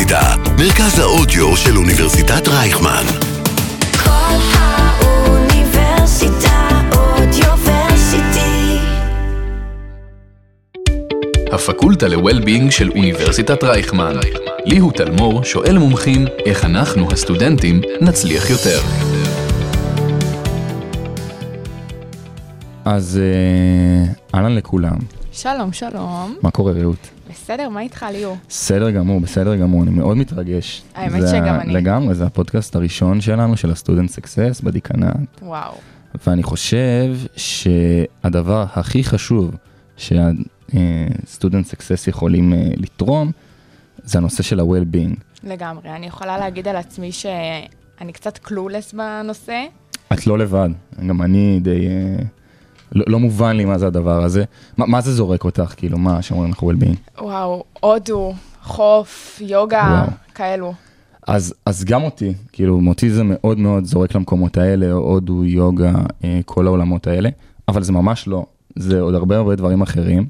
האוניברסיטה, מרכז האודיו של אוניברסיטת רייכמן. כל האוניברסיטה אודיוורסיטי. הפקולטה ל-Well-being של אוניברסיטת רייכמן. ליהו תלמור שואל מומחים איך אנחנו, הסטודנטים, נצליח יותר. אז אהלן לכולם. שלום, שלום. מה קורה רעות? בסדר, מה איתך ליהו? בסדר גמור, בסדר גמור, אני מאוד מתרגש. האמת שגם אני. לגמרי, זה הפודקאסט הראשון שלנו, של הסטודנט סקסס בדיקנט. וואו. ואני חושב שהדבר הכי חשוב שהסטודנט סקסס יכולים לתרום, זה הנושא של ה-well-being. לגמרי, אני יכולה להגיד על עצמי שאני קצת קלולס בנושא. את לא לבד, גם אני די... לא מובן לי מה זה הדבר הזה. מה זה זורק אותך, כאילו, מה שאומרים לך well-being? וואו, הודו, חוף, יוגה, כאלו. אז גם אותי, כאילו, מותי זה מאוד מאוד זורק למקומות האלה, הודו, יוגה, כל העולמות האלה, אבל זה ממש לא. זה עוד הרבה דברים אחרים,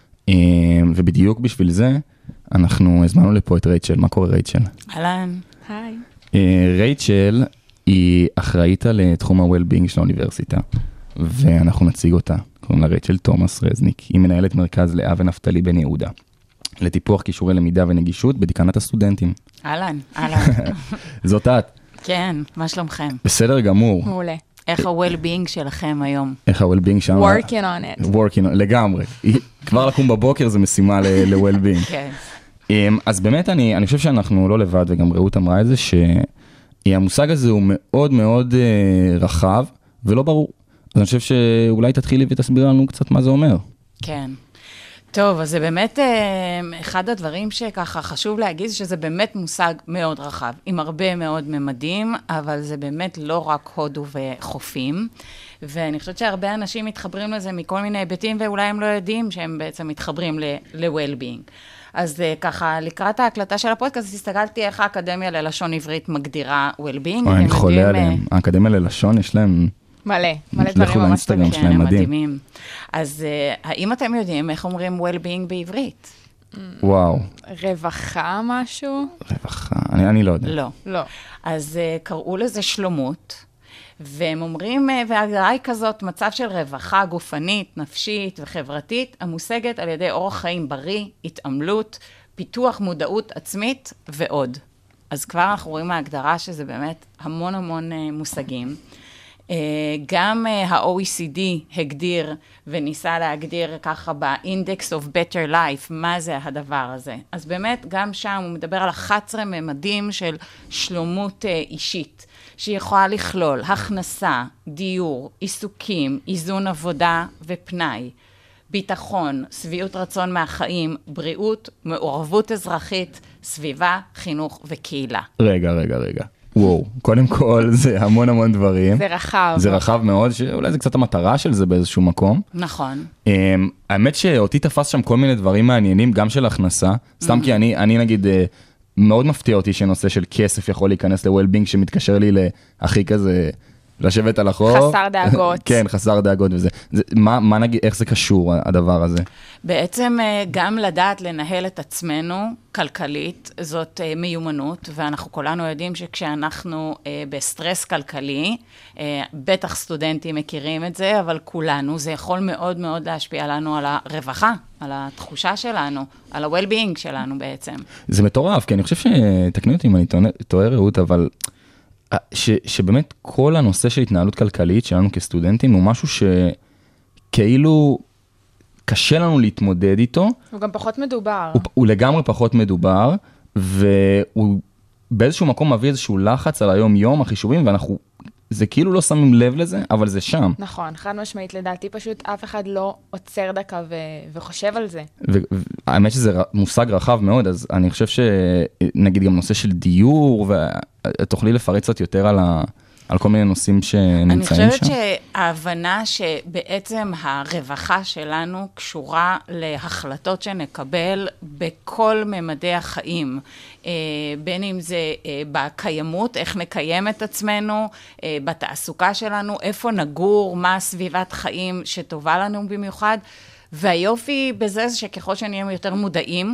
ובדיוק בשביל זה, אנחנו הזמנו לפה את רייצ'ל. מה קורה רייצ'ל? אהלן. היי. רייצ'ל היא אחראית על תחום ה-well-being של האוניברסיטה, ואנחנו נציג אותה. קוראים לה רייצ'ל תומאס רזניק. היא מנהלת מרכז לאה ונפתלי בן יהודה, לטיפוח כישורי למידה ונגישות בדיקנת הסטודנטים. אהלן, אהלן. זאת את. כן, מה שלומכם? בסדר גמור. מעולה. איך ה-well-being שלכם היום? איך ה-well-being שם? Working on it. לגמרי. כבר לקום בבוקר זה משימה ל-well-being. כן. אז באמת אני חושב שאנחנו לא לבד, וגם רעות אמרה את זה, שהמושג הזה הוא מאוד מאוד רחב ולא ברור. אז אני חושב שאולי תתחילי ותסביר לנו קצת מה זה אומר. כן. טוב, אז זה באמת אחד הדברים שככה חשוב להגיד, שזה באמת מושג מאוד רחב, עם הרבה מאוד ממדים, אבל זה באמת לא רק הודו וחופים, ואני חושבת שהרבה אנשים מתחברים לזה מכל מיני היבטים, ואולי הם לא יודעים שהם בעצם מתחברים ל-well-being. אז ככה, לקראת ההקלטה של הפודקאסט, הסתכלתי איך האקדמיה ללשון עברית מגדירה well-being. אני חולה עליהם. האקדמיה ללשון יש להם... מלא דברים ממש טובים. כן, הם מדהימים. אז האם אתם יודעים איך אומרים well-being בעברית? וואו. רווחה משהו? רווחה, אני לא יודע. לא. אז קראו לזה שלומות, והם אומרים, וההגדרה היא כזאת, מצב של רווחה גופנית, נפשית וחברתית, המושגת על ידי אורח חיים בריא, התעמלות, פיתוח מודעות עצמית ועוד. אז כבר אנחנו רואים מההגדרה שזה באמת המון המון מושגים. גם ה-OECD הגדיר וניסה להגדיר ככה ב-Index of Better Life, מה זה הדבר הזה. אז באמת גם שם הוא מדבר על 11 ממדים של שלומות אישית, שיכולה לכלול הכנסה, דיור, עיסוקים, איזון עבודה ופנאי, ביטחון, שביעות רצון מהחיים, בריאות, מעורבות אזרחית, סביבה, חינוך וקהילה. רגע. וואו, קודם כל זה המון דברים. זה רחב. זה רחב מאוד, שאולי זה קצת המטרה של זה באיזשהו מקום. נכון. האמת שאותי תפס שם כל מיני דברים מעניינים, גם של הכנסה. סתם כי אני נגיד, מאוד מפתיע אותי שנושא של כסף יכול להיכנס ל-well-being, שמתקשר לי להכי כזה, לשבת על החור. חסר דאגות. כן, חסר דאגות וזה. מה נגיד, איך זה קשור הדבר הזה? בעצם גם לדעת לנהל את עצמנו כלכלית, זאת מיומנות, ואנחנו כולנו יודעים שכשאנחנו בסטרס כלכלי, בטח סטודנטים מכירים את זה, אבל כולנו, זה יכול מאוד מאוד להשפיע לנו על הרווחה, על התחושה שלנו, על ה-well-being שלנו בעצם. זה מטורף, כי אני חושב שתקני אותי אם אני טועה רעות, אבל... שבאמת כל הנושא של התנהלות כלכלית שלנו כסטודנטים הוא משהו שכאילו קשה לנו להתמודד איתו. הוא גם פחות מדובר. הוא לגמרי פחות מדובר, והוא באיזשהו מקום מביא איזשהו לחץ על היום החישובים, ואנחנו, זה כאילו לא שמים לב לזה, אבל זה שם. נכון, חד משמעית לדעתי, פשוט אף אחד לא עוצר דקה וחושב על זה. והאמת שזה מושג רחב מאוד, אז אני חושב שנגיד גם נושא של דיור, ותוכלי לפרט קצת יותר על כל מיני נושאים שנמצאים שם. אני חושבת שההבנה שבעצם הרווחה שלנו קשורה להחלטות שנקבל בכל ממדי החיים, בין אם זה בקיימות, איך נקיים את עצמנו, בתעסוקה שלנו, איפה נגור, מה סביבת חיים שטובה לנו במיוחד, והיופי בזה זה שככל שנהיים יותר מודעים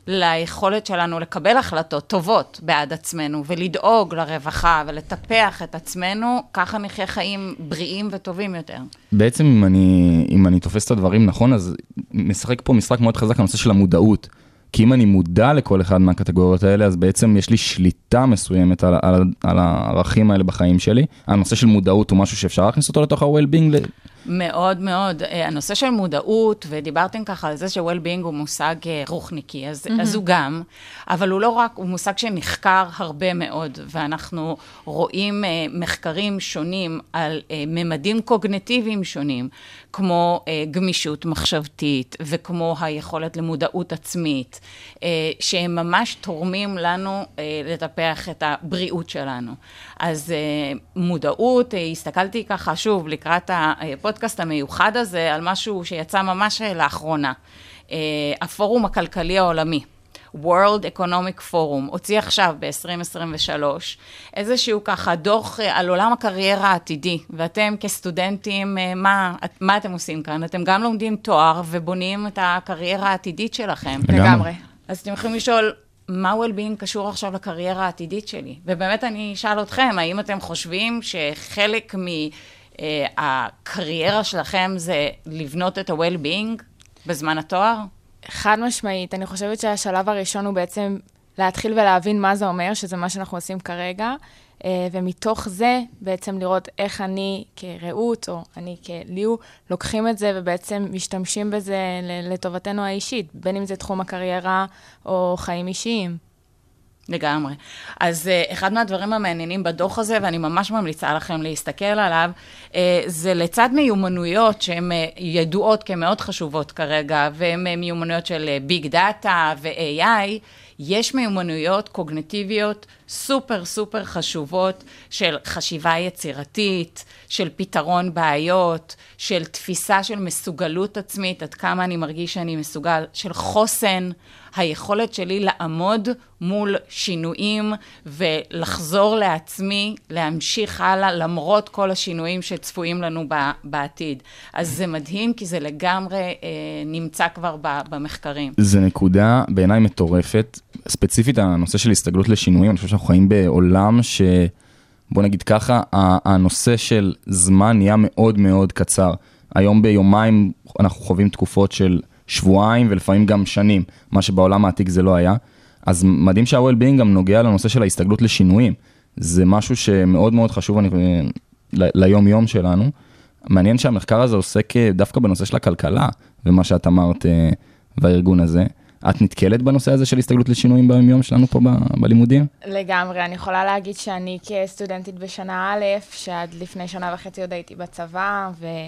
ליכולת שלנו לקבל החלטות טובות בעד עצמנו, ולדאוג לרווחה ולטפח את עצמנו, ככה נחיה חיים בריאים וטובים יותר. בעצם אם אני תופס את הדברים נכון, אז משחק פה משחק מאוד חזק הנושא של המודעות. כי אם אני מודע לכל אחד מהקטגוריות האלה, אז בעצם יש לי שליטה מסוימת על הערכים האלה בחיים שלי. הנושא של מודעות הוא משהו שאפשר להכניס אותו לתוך ה-well-being? מאוד מאוד. הנושא של מודעות, ודיברתם ככה על זה ש-well-being הוא מושג רוחניקי, אז הוא גם, אבל הוא לא רק, הוא מושג שנחקר הרבה מאוד, ואנחנו רואים מחקרים שונים על ממדים קוגניטיביים שונים, כמו גמישות מחשבתית, וכמו היכולת למודעות עצמית, שהם ממש תורמים לנו לטפח את הבריאות שלנו. אז מודעות, הסתכלתי ככה שוב לקראת הפודקאסט המיוחד הזה, על משהו שיצא ממש לאחרונה. הפורום הכלכלי העולמי, World Economic Forum, הוציא עכשיו ב-2023, איזשהו ככה דוח על עולם הקריירה העתידי, ואתם כסטודנטים, מה אתם עושים כאן? אתם גם לומדים תואר ובונים את הקריירה העתידית שלכם. לגמרי. אז אתם יכולים לשאול, מה well-being קשור עכשיו לקריירה העתידית שלי? ובאמת אני אשאל אתכם, האם אתם חושבים שחלק מהקריירה שלכם זה לבנות את ה-well-being בזמן התואר? חד משמעית, אני חושבת שהשלב הראשון הוא בעצם להתחיל ולהבין מה זה אומר, שזה מה שאנחנו עושים כרגע, ומתוך זה בעצם לראות איך אני כרעות, או אני כליו, לוקחים את זה ובעצם משתמשים בזה לטובתנו האישית, בין אם זה תחום הקריירה או חיים אישיים. לגמרי. אז אחד מהדברים המעניינים בדוח הזה, ואני ממש ממליצה לכם להסתכל עליו, זה לצד מיומנויות שהן ידועות כמאוד חשובות כרגע, והן מיומנויות של ביג דאטה ו-AI, יש מיומנויות קוגניטיביות סופר סופר חשובות של חשיבה יצירתית, של פתרון בעיות, של תפיסה של מסוגלות עצמית, עד כמה אני מרגיש שאני מסוגל, של חוסן, היכולת שלי לעמוד מול שינויים ולחזור לעצמי, להמשיך הלאה למרות כל השינויים שצפויים לנו בעתיד. אז זה מדהים כי זה לגמרי נמצא כבר במחקרים. זה נקודה בעיניי מטורפת, ספציפית הנושא של הסתגלות לשינויים, אני חושב שאנחנו חיים בעולם בוא נגיד ככה, הנושא של זמן נהיה מאוד מאוד קצר. היום ביומיים אנחנו חווים תקופות של שבועיים ולפעמים גם שנים, מה שבעולם העתיק זה לא היה. אז מדהים שה-well-being גם נוגע לנושא של ההסתגלות לשינויים. זה משהו שמאוד מאוד חשוב ליום יום שלנו. מעניין שהמחקר הזה עוסק דווקא בנושא של הכלכלה, ומה שאת אמרת והארגון הזה. את נתקלת בנושא הזה של הסתגלות לשינויים ביום יום שלנו פה בלימודים? לגמרי, אני יכולה להגיד שאני כסטודנטית בשנה א', שעד לפני שנה וחצי עוד הייתי בצבא,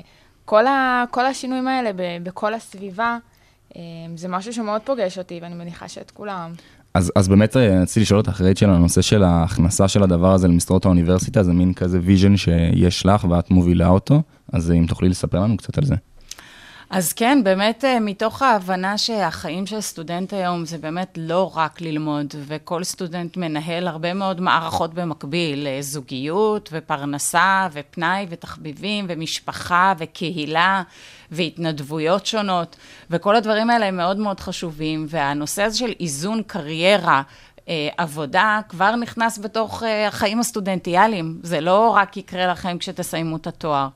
וכל השינויים האלה בכל הסביבה, זה משהו שמאוד פוגש אותי, ואני מניחה שאת כולם. אז באמת רציתי לשאול אותך אחרי של הנושא של ההכנסה של הדבר הזה למשרות האוניברסיטה, זה מין כזה ויז'ן שיש לך ואת מובילה אותו, אז אם תוכלי לספר לנו קצת על זה. אז כן, באמת מתוך ההבנה שהחיים של סטודנט היום זה באמת לא רק ללמוד, וכל סטודנט מנהל הרבה מאוד מערכות במקביל, זוגיות ופרנסה ופנאי ותחביבים ומשפחה וקהילה והתנדבויות שונות, וכל הדברים האלה הם מאוד מאוד חשובים, והנושא הזה של איזון קריירה, עבודה כבר נכנס בתוך החיים הסטודנטיאליים, זה לא רק יקרה לכם כשתסיימו את התואר.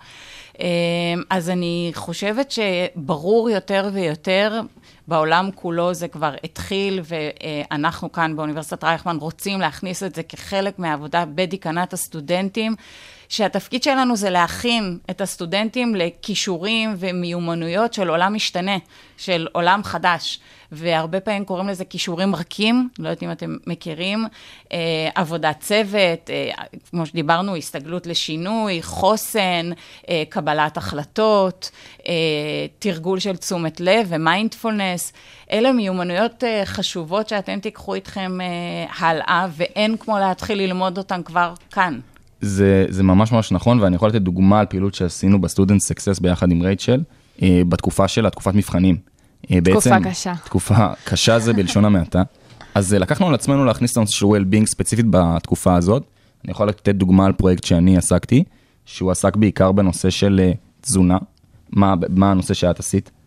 אז אני חושבת שברור יותר ויותר, בעולם כולו זה כבר התחיל, ואנחנו כאן באוניברסיטת רייכמן רוצים להכניס את זה כחלק מהעבודה בדיקנת הסטודנטים, שהתפקיד שלנו זה להכין את הסטודנטים לכישורים ומיומנויות של עולם משתנה, של עולם חדש, והרבה פעמים קוראים לזה כישורים רכים, לא יודעת אם אתם מכירים, עבודת צוות, כמו שדיברנו, הסתגלות לשינוי, חוסן, קבלת החלטות, תרגול של תשומת לב ומיינדפולנס, אלה מיומנויות חשובות שאתם תיקחו איתכם הלאה, ואין כמו להתחיל ללמוד אותן כבר כאן. זה ממש ממש נכון, ואני יכול לתת דוגמה על פעילות שעשינו בסטודנט סקסס ביחד עם רייצ'ל, בתקופה שלה, תקופת מבחנים. תקופה קשה. תקופה קשה זה בלשון המעטה. אז לקחנו על עצמנו להכניס את הנושא של well-being ספציפית בתקופה הזאת. אני יכול לתת דוגמה על פרויקט שאני עסקתי, שהוא עסק בעיקר בנושא של תזונה. מה הנושא שאת עשית?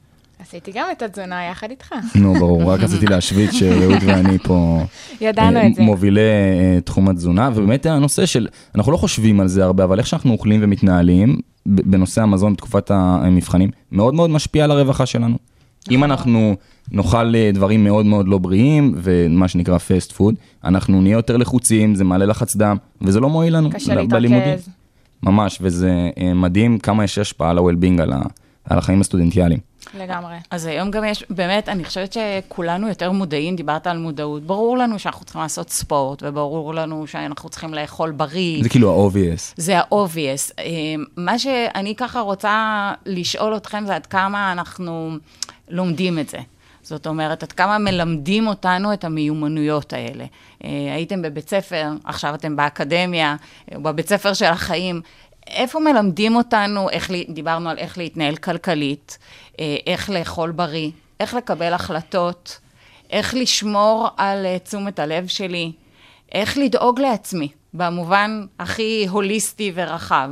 עשיתי גם את התזונה יחד איתך. נו, ברור, רק רציתי להשוויץ שרעות ואני פה ידענו את זה. מובילי תחום התזונה, ובאמת הנושא של, אנחנו לא חושבים על זה הרבה, אבל איך שאנחנו אוכלים ומתנהלים, בנושא המזון בתקופת המבחנים, מאוד מאוד משפיע על הרווחה שלנו. אם אנחנו נאכל דברים מאוד מאוד לא בריאים, ומה שנקרא fast food, אנחנו נהיה יותר לחוצים, זה מעלה לחץ דם, וזה לא מועיל לנו בלימודים. להתרכז. ממש, וזה מדהים כמה יש השפעה על ה-well-being, על החיים הסטודנטיאליים. לגמרי. אז היום גם יש, באמת, אני חושבת שכולנו יותר מודעים, דיברת על מודעות, ברור לנו שאנחנו צריכים לעשות ספורט, וברור לנו שאנחנו צריכים לאכול בריא. זה כאילו ה-obvious. זה ה-obvious. מה שאני ככה רוצה לשאול אתכם, זה עד כמה אנחנו לומדים את זה. זאת אומרת, עד כמה מלמדים אותנו את המיומנויות האלה. הייתם בבית ספר, עכשיו אתם באקדמיה, בבית ספר של החיים, איפה מלמדים אותנו, דיברנו על איך להתנהל כלכלית, איך לאכול בריא, איך לקבל החלטות, איך לשמור על תשומת הלב שלי, איך לדאוג לעצמי, במובן הכי הוליסטי ורחב.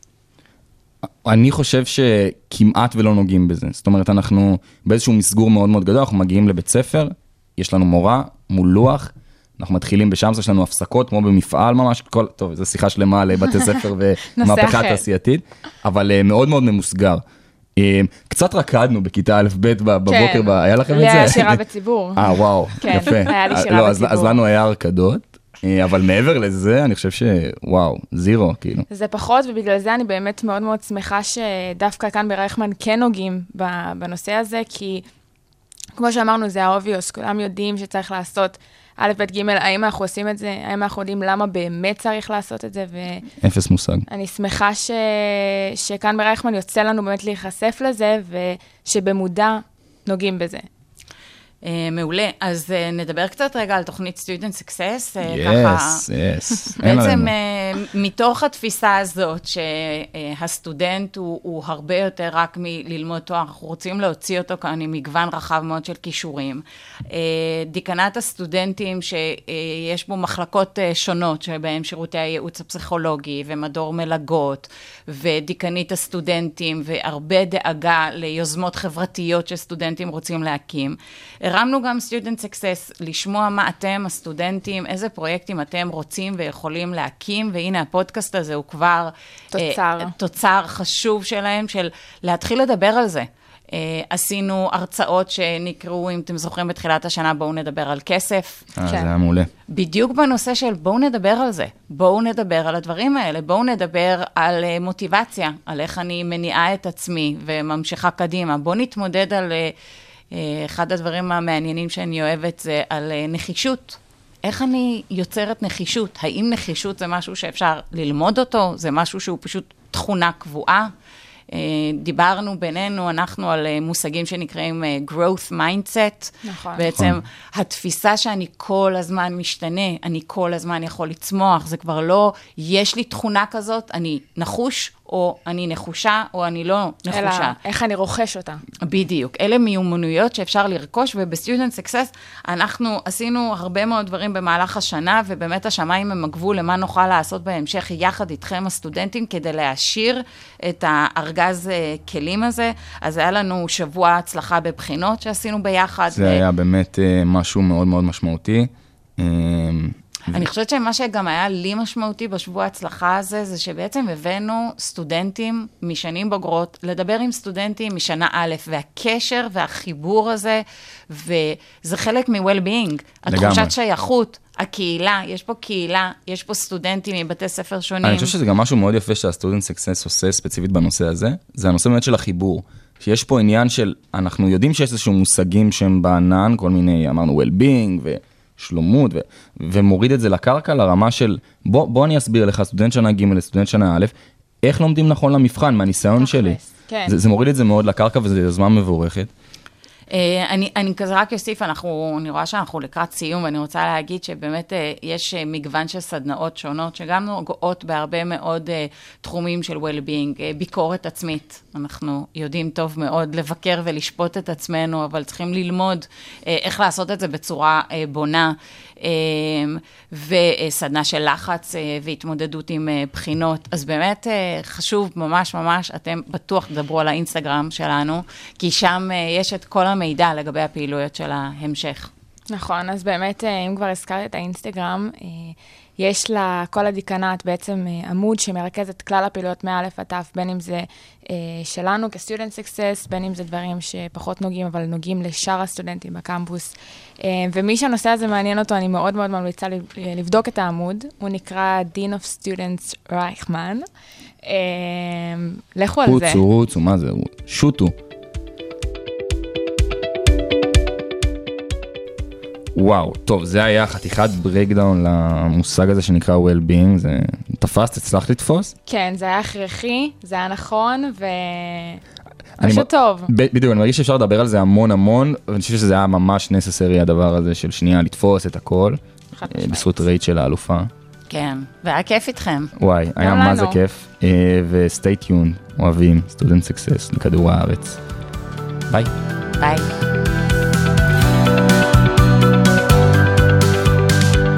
אני חושב שכמעט ולא נוגעים בזה. זאת אומרת, אנחנו באיזשהו מסגור מאוד מאוד גדול, אנחנו מגיעים לבית ספר, יש לנו מורה מול לוח, אנחנו מתחילים בשם, יש לנו הפסקות, כמו במפעל ממש, טוב, זו שיחה שלמה על בתי ספר ומהפכה תעשייתית, אבל מאוד מאוד ממוסגר. קצת רקדנו בכיתה א' ב' בבוקר, היה לכם את זה? היה שירה בציבור. וואו, יפה. היה לי שירה בציבור. אז לנו היה הרקדות, אבל מעבר לזה, אני חושב שוואו, זירו, כאילו. זה פחות, ובגלל זה אני באמת מאוד מאוד שמחה שדווקא כאן ברייכמן כן נוגעים בנושא הזה, כי כמו שאמרנו, זה האוביוס, כולם יודעים שצריך לעשות א', ב', ג', האם אנחנו עושים את זה, האם אנחנו יודעים למה באמת צריך לעשות את זה, אפס מושג. אני שמחה שכאן ברייכמן יוצא לנו באמת להיחשף לזה, ושבמודע נוגעים בזה. מעולה. אז נדבר קצת רגע על תוכנית Student Success. Yes. בעצם מתוך התפיסה הזאת שהסטודנט הוא הרבה יותר רק מללמוד תואר, אנחנו רוצים להוציא אותו כאן עם מגוון רחב מאוד של כישורים. דיקנת הסטודנטים שיש בו מחלקות שונות, שבהם שירותי הייעוץ הפסיכולוגי ומדור מלגות, ודיקנית הסטודנטים, והרבה דאגה ליוזמות חברתיות שסטודנטים רוצים להקים. הרמנו גם Student Success, לשמוע מה אתם, הסטודנטים, איזה פרויקטים אתם רוצים ויכולים להקים, והנה הפודקאסט הזה הוא כבר תוצר חשוב שלהם, של להתחיל לדבר על זה. עשינו הרצאות שנקראו, אם אתם זוכרים בתחילת השנה, בואו נדבר על כסף. זה היה מעולה. בדיוק בנושא של בואו נדבר על זה, בואו נדבר על הדברים האלה, בואו נדבר על מוטיבציה, על איך אני מניעה את עצמי וממשיכה קדימה, בואו נתמודד על... אחד הדברים המעניינים שאני אוהבת זה על נחישות. איך אני יוצרת נחישות? האם נחישות זה משהו שאפשר ללמוד אותו? זה משהו שהוא פשוט תכונה קבועה? דיברנו בינינו, אנחנו על מושגים שנקראים growth mindset. נכון. בעצם התפיסה שאני כל הזמן משתנה, אני כל הזמן יכול לצמוח, זה כבר לא, יש לי תכונה כזאת, אני נחוש, או אני נחושה, או אני לא נחושה. אלא איך אני רוכש אותה. בדיוק. אלה מיומנויות שאפשר לרכוש, ובסטודנט סקסס אנחנו עשינו הרבה מאוד דברים במהלך השנה, ובאמת השמיים הם הגבול למה נוכל לעשות בהמשך יחד איתכם הסטודנטים, כדי להשאיר את הארגז כלים הזה. אז היה לנו שבוע הצלחה בבחינות שעשינו ביחד. זה היה באמת משהו מאוד מאוד משמעותי. אני חושבת שמה שגם היה לי משמעותי בשבוע ההצלחה הזה, זה שבעצם הבאנו סטודנטים משנים בוגרות, לדבר עם סטודנטים משנה א', והקשר והחיבור הזה, וזה חלק מ-well-being, התחושת שייכות, הקהילה, יש פה קהילה, יש פה סטודנטים מבתי ספר שונים. אני חושב שזה גם משהו מאוד יפה שהסטודנט סקסס עושה ספציפית בנושא הזה, זה הנושא באמת של החיבור, שיש פה עניין של, אנחנו יודעים שיש איזשהו מושגים שהם בענן, כל מיני, אמרנו well-being שלומות, ומוריד את זה לקרקע, לרמה של, בוא אני אסביר לך, סטודנט שנה ג' סטודנט שנה א', איך לומדים נכון למבחן, מהניסיון שלי. כן. זה מוריד את זה מאוד לקרקע, וזו יוזמה מבורכת. אני כזה רק אוסיף, אני רואה שאנחנו לקראת סיום, ואני רוצה להגיד שבאמת יש מגוון של סדנאות שונות, שגם נוגעות בהרבה מאוד תחומים של well-being, ביקורת עצמית. אנחנו יודעים טוב מאוד לבקר ולשפוט את עצמנו, אבל צריכים ללמוד איך לעשות את זה בצורה בונה, וסדנה של לחץ והתמודדות עם בחינות. אז באמת חשוב ממש ממש, אתם בטוח תדברו על האינסטגרם שלנו, כי שם יש את כל המידע לגבי הפעילויות של ההמשך. נכון, אז באמת, אם כבר הזכרת את האינסטגרם, יש לכל הדיקנת בעצם עמוד שמרכז את כלל הפעילויות מא' עד ת', בין אם זה שלנו כ-Student Success, בין אם זה דברים שפחות נוגעים, אבל נוגעים לשאר הסטודנטים בקמפוס. ומי שהנושא הזה מעניין אותו, אני מאוד מאוד ממליצה לבדוק את העמוד. הוא נקרא Dean of Students רייכמן. לכו על זה. רוצו, מה זה? שוטו. וואו, טוב, זה היה חתיכת ברייקדאון למושג הזה שנקרא well-being, זה תפסת, הצלחת לתפוס? כן, זה היה הכרחי, זה היה נכון, פשוט טוב. בדיוק, אני מרגיש שאפשר לדבר על זה המון המון, ואני חושב שזה היה ממש necessary הדבר הזה של שנייה לתפוס את הכל, בזכות רייצ'ל האלופה. כן, והיה כיף איתכם. וואי, היה מה זה כיף, ו-stay tuned, אוהבים, Student Success, לכדור הארץ. ביי. ביי.